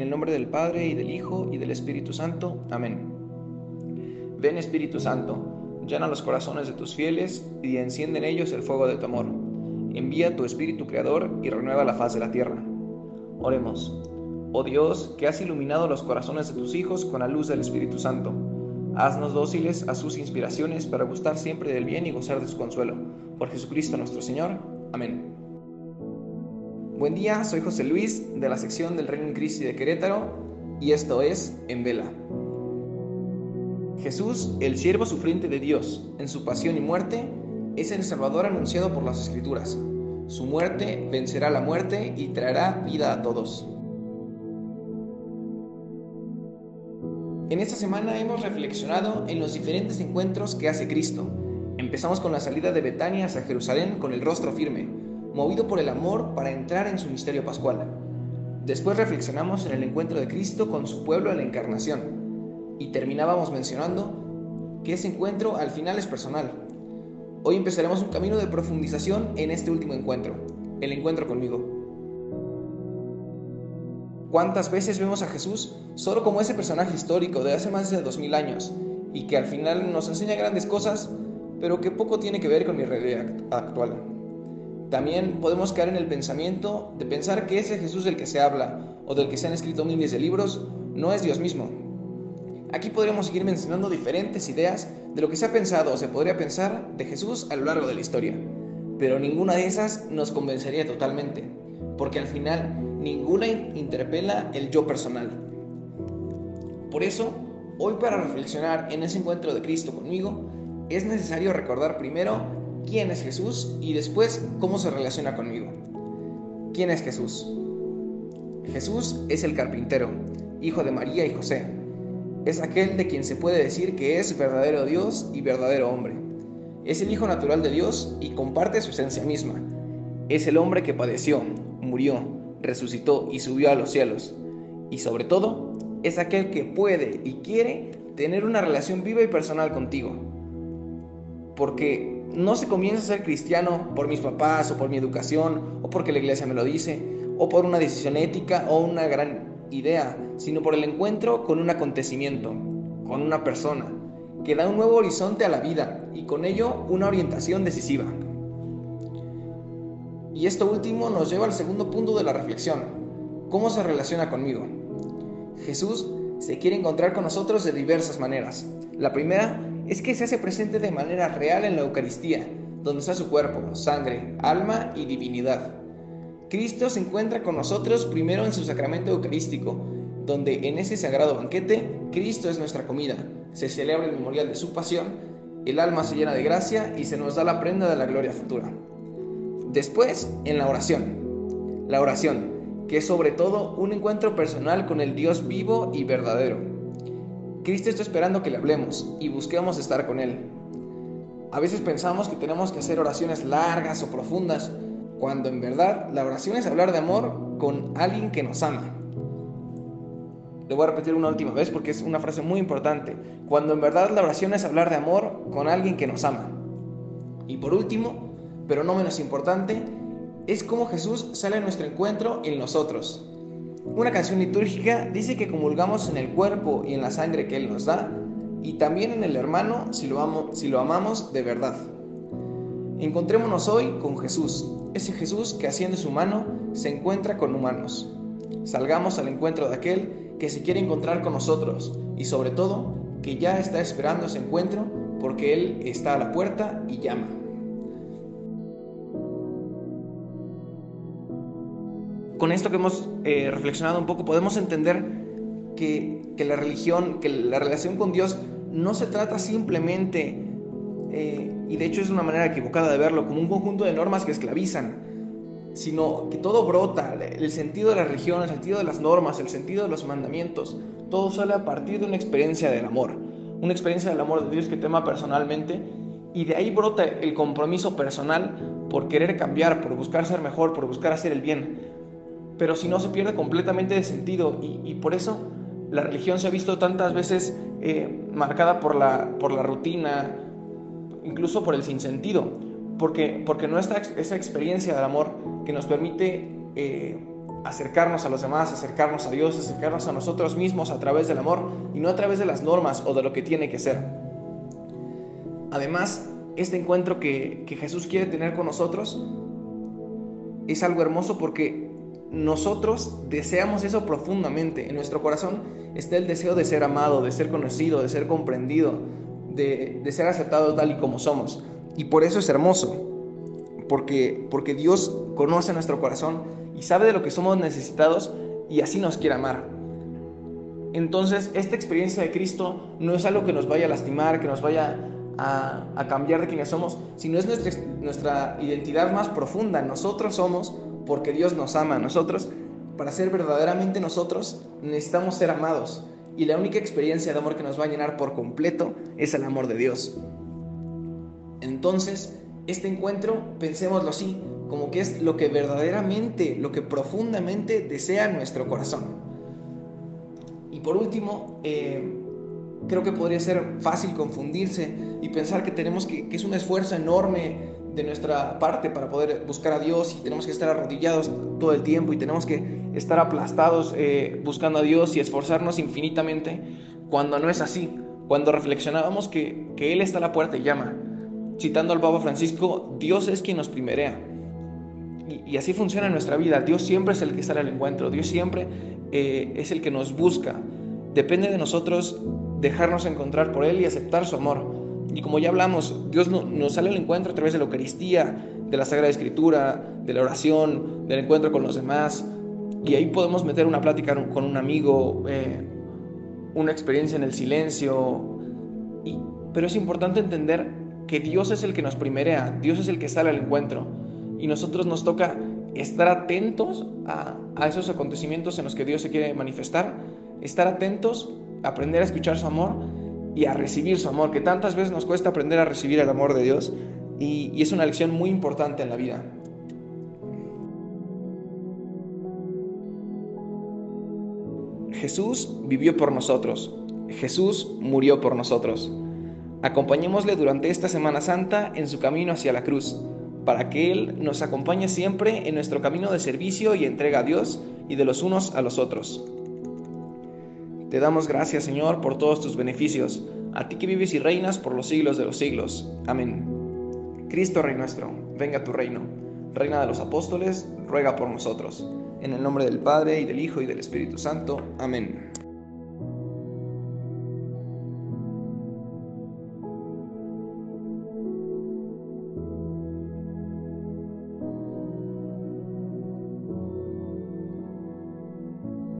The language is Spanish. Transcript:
el nombre del Padre, y del Hijo, y del Espíritu Santo. Amén. Ven, Espíritu Santo, llena los corazones de tus fieles, y enciende en ellos el fuego de tu amor. Envía tu Espíritu Creador, y renueva la faz de la tierra. Oremos. Oh Dios, que has iluminado los corazones de tus hijos con la luz del Espíritu Santo, haznos dóciles a sus inspiraciones para gustar siempre del bien y gozar de su consuelo. Por Jesucristo nuestro Señor. Amén. Buen día, soy José Luis, de la sección del Reino en Cristo de Querétaro, y esto es En Vela. Jesús, el siervo sufriente de Dios, en su pasión y muerte, es el Salvador anunciado por las Escrituras. Su muerte vencerá la muerte y traerá vida a todos. En esta semana hemos reflexionado en los diferentes encuentros que hace Cristo. Empezamos con la salida de Betania hacia Jerusalén con el rostro firme, movido por el amor para entrar en su misterio pascual. Después reflexionamos en el encuentro de Cristo con su pueblo en la Encarnación. Y terminábamos mencionando que ese encuentro al final es personal. Hoy empezaremos un camino de profundización en este último encuentro, el encuentro conmigo. ¿Cuántas veces vemos a Jesús solo como ese personaje histórico de hace más de 2000 años y que al final nos enseña grandes cosas, pero que poco tiene que ver con mi realidad actual? También podemos caer en el pensamiento de pensar que ese Jesús del que se habla o del que se han escrito miles de libros no es Dios mismo. Aquí podríamos seguir mencionando diferentes ideas de lo que se ha pensado o se podría pensar de Jesús a lo largo de la historia, pero ninguna de esas nos convencería totalmente, porque al final ninguna interpela el yo personal. Por eso, hoy para reflexionar en ese encuentro de Cristo conmigo, es necesario recordar primero quién es Jesús y después cómo se relaciona conmigo. ¿Quién es Jesús? Jesús es el carpintero, hijo de María y José. Es aquel de quien se puede decir que es verdadero Dios y verdadero hombre. Es el Hijo natural de Dios y comparte su esencia misma. Es el hombre que padeció, murió, resucitó y subió a los cielos. Y sobre todo, es aquel que puede y quiere tener una relación viva y personal contigo. Porque no se comienza a ser cristiano por mis papás o por mi educación o porque la iglesia me lo dice o por una decisión ética o una gran idea, sino por el encuentro con un acontecimiento, con una persona, que da un nuevo horizonte a la vida y con ello una orientación decisiva. Y esto último nos lleva al segundo punto de la reflexión: ¿cómo se relaciona conmigo? Jesús se quiere encontrar con nosotros de diversas maneras. La primera es que se hace presente de manera real en la Eucaristía, donde está su cuerpo, sangre, alma y divinidad. Cristo se encuentra con nosotros primero en su sacramento eucarístico, donde en ese sagrado banquete Cristo es nuestra comida, se celebra el memorial de su pasión, el alma se llena de gracia y se nos da la prenda de la gloria futura. Después, en la oración, que es sobre todo un encuentro personal con el Dios vivo y verdadero. Cristo está esperando que le hablemos y busquemos estar con Él. A veces pensamos que tenemos que hacer oraciones largas o profundas, cuando en verdad la oración es hablar de amor con alguien que nos ama. Le voy a repetir una última vez porque es una frase muy importante. Cuando en verdad la oración es hablar de amor con alguien que nos ama. Y por último, pero no menos importante, es cómo Jesús sale a nuestro encuentro en nosotros. Una canción litúrgica dice que comulgamos en el cuerpo y en la sangre que Él nos da, y también en el hermano si lo amamos de verdad. Encontrémonos hoy con Jesús, ese Jesús que haciendo su mano se encuentra con humanos. Salgamos al encuentro de aquel que se quiere encontrar con nosotros y sobre todo que ya está esperando ese encuentro porque Él está a la puerta y llama. Con esto que hemos reflexionado un poco podemos entender que la relación con Dios no se trata simplemente y de hecho es una manera equivocada de verlo, como un conjunto de normas que esclavizan, sino que todo brota, el sentido de la religión, el sentido de las normas, el sentido de los mandamientos, todo sale a partir de una experiencia del amor, una experiencia del amor de Dios que te ama personalmente, y de ahí brota el compromiso personal por querer cambiar, por buscar ser mejor, por buscar hacer el bien, pero si no se pierde completamente de sentido, y por eso la religión se ha visto tantas veces marcada por la rutina, incluso por el sinsentido, porque no está esa experiencia del amor que nos permite acercarnos a los demás, acercarnos a Dios, acercarnos a nosotros mismos a través del amor y no a través de las normas o de lo que tiene que ser. Además, este encuentro que Jesús quiere tener con nosotros es algo hermoso porque nosotros deseamos eso profundamente. En nuestro corazón está el deseo de ser amado, de ser conocido, de ser comprendido, de ser aceptado tal y como somos. Y por eso es hermoso, porque Dios conoce nuestro corazón y sabe de lo que somos necesitados y así nos quiere amar. Entonces, esta experiencia de Cristo no es algo que nos vaya a lastimar, que nos vaya a cambiar de quienes somos, sino es nuestra identidad más profunda. Nosotros somos porque Dios nos ama. Nosotros, para ser verdaderamente nosotros, necesitamos ser amados. Y la única experiencia de amor que nos va a llenar por completo es el amor de Dios. Entonces, este encuentro, pensémoslo así, como que es lo que verdaderamente, lo que profundamente desea nuestro corazón. Y por último, creo que podría ser fácil confundirse y pensar que es un esfuerzo enorme de nuestra parte para poder buscar a Dios y tenemos que estar arrodillados todo el tiempo y tenemos que estar aplastados buscando a Dios y esforzarnos infinitamente, cuando no es así. Cuando reflexionábamos que Él está a la puerta y llama. Citando al Papa Francisco, Dios es quien nos primerea. Y así funciona nuestra vida. Dios siempre es el que sale al encuentro. Dios siempre es el que nos busca. Depende de nosotros dejarnos encontrar por Él y aceptar su amor. Y como ya hablamos, Dios nos sale al encuentro a través de la Eucaristía, de la Sagrada Escritura, de la oración, del encuentro con los demás. Y ahí podemos meter una plática con un amigo, una experiencia en el silencio. Pero es importante entender que Dios es el que nos primerea, Dios es el que sale al encuentro. Y nosotros nos toca estar atentos a esos acontecimientos en los que Dios se quiere manifestar, estar atentos, aprender a escuchar su amor y a recibir su amor, que tantas veces nos cuesta aprender a recibir el amor de Dios, y es una lección muy importante en la vida. Jesús vivió por nosotros, Jesús murió por nosotros. Acompañémosle durante esta Semana Santa en su camino hacia la cruz, para que Él nos acompañe siempre en nuestro camino de servicio y entrega a Dios y de los unos a los otros. Te damos gracias, Señor, por todos tus beneficios, a ti que vives y reinas por los siglos de los siglos. Amén. Cristo, Rey nuestro, venga a tu reino. Reina de los apóstoles, ruega por nosotros. En el nombre del Padre, y del Hijo, y del Espíritu Santo. Amén.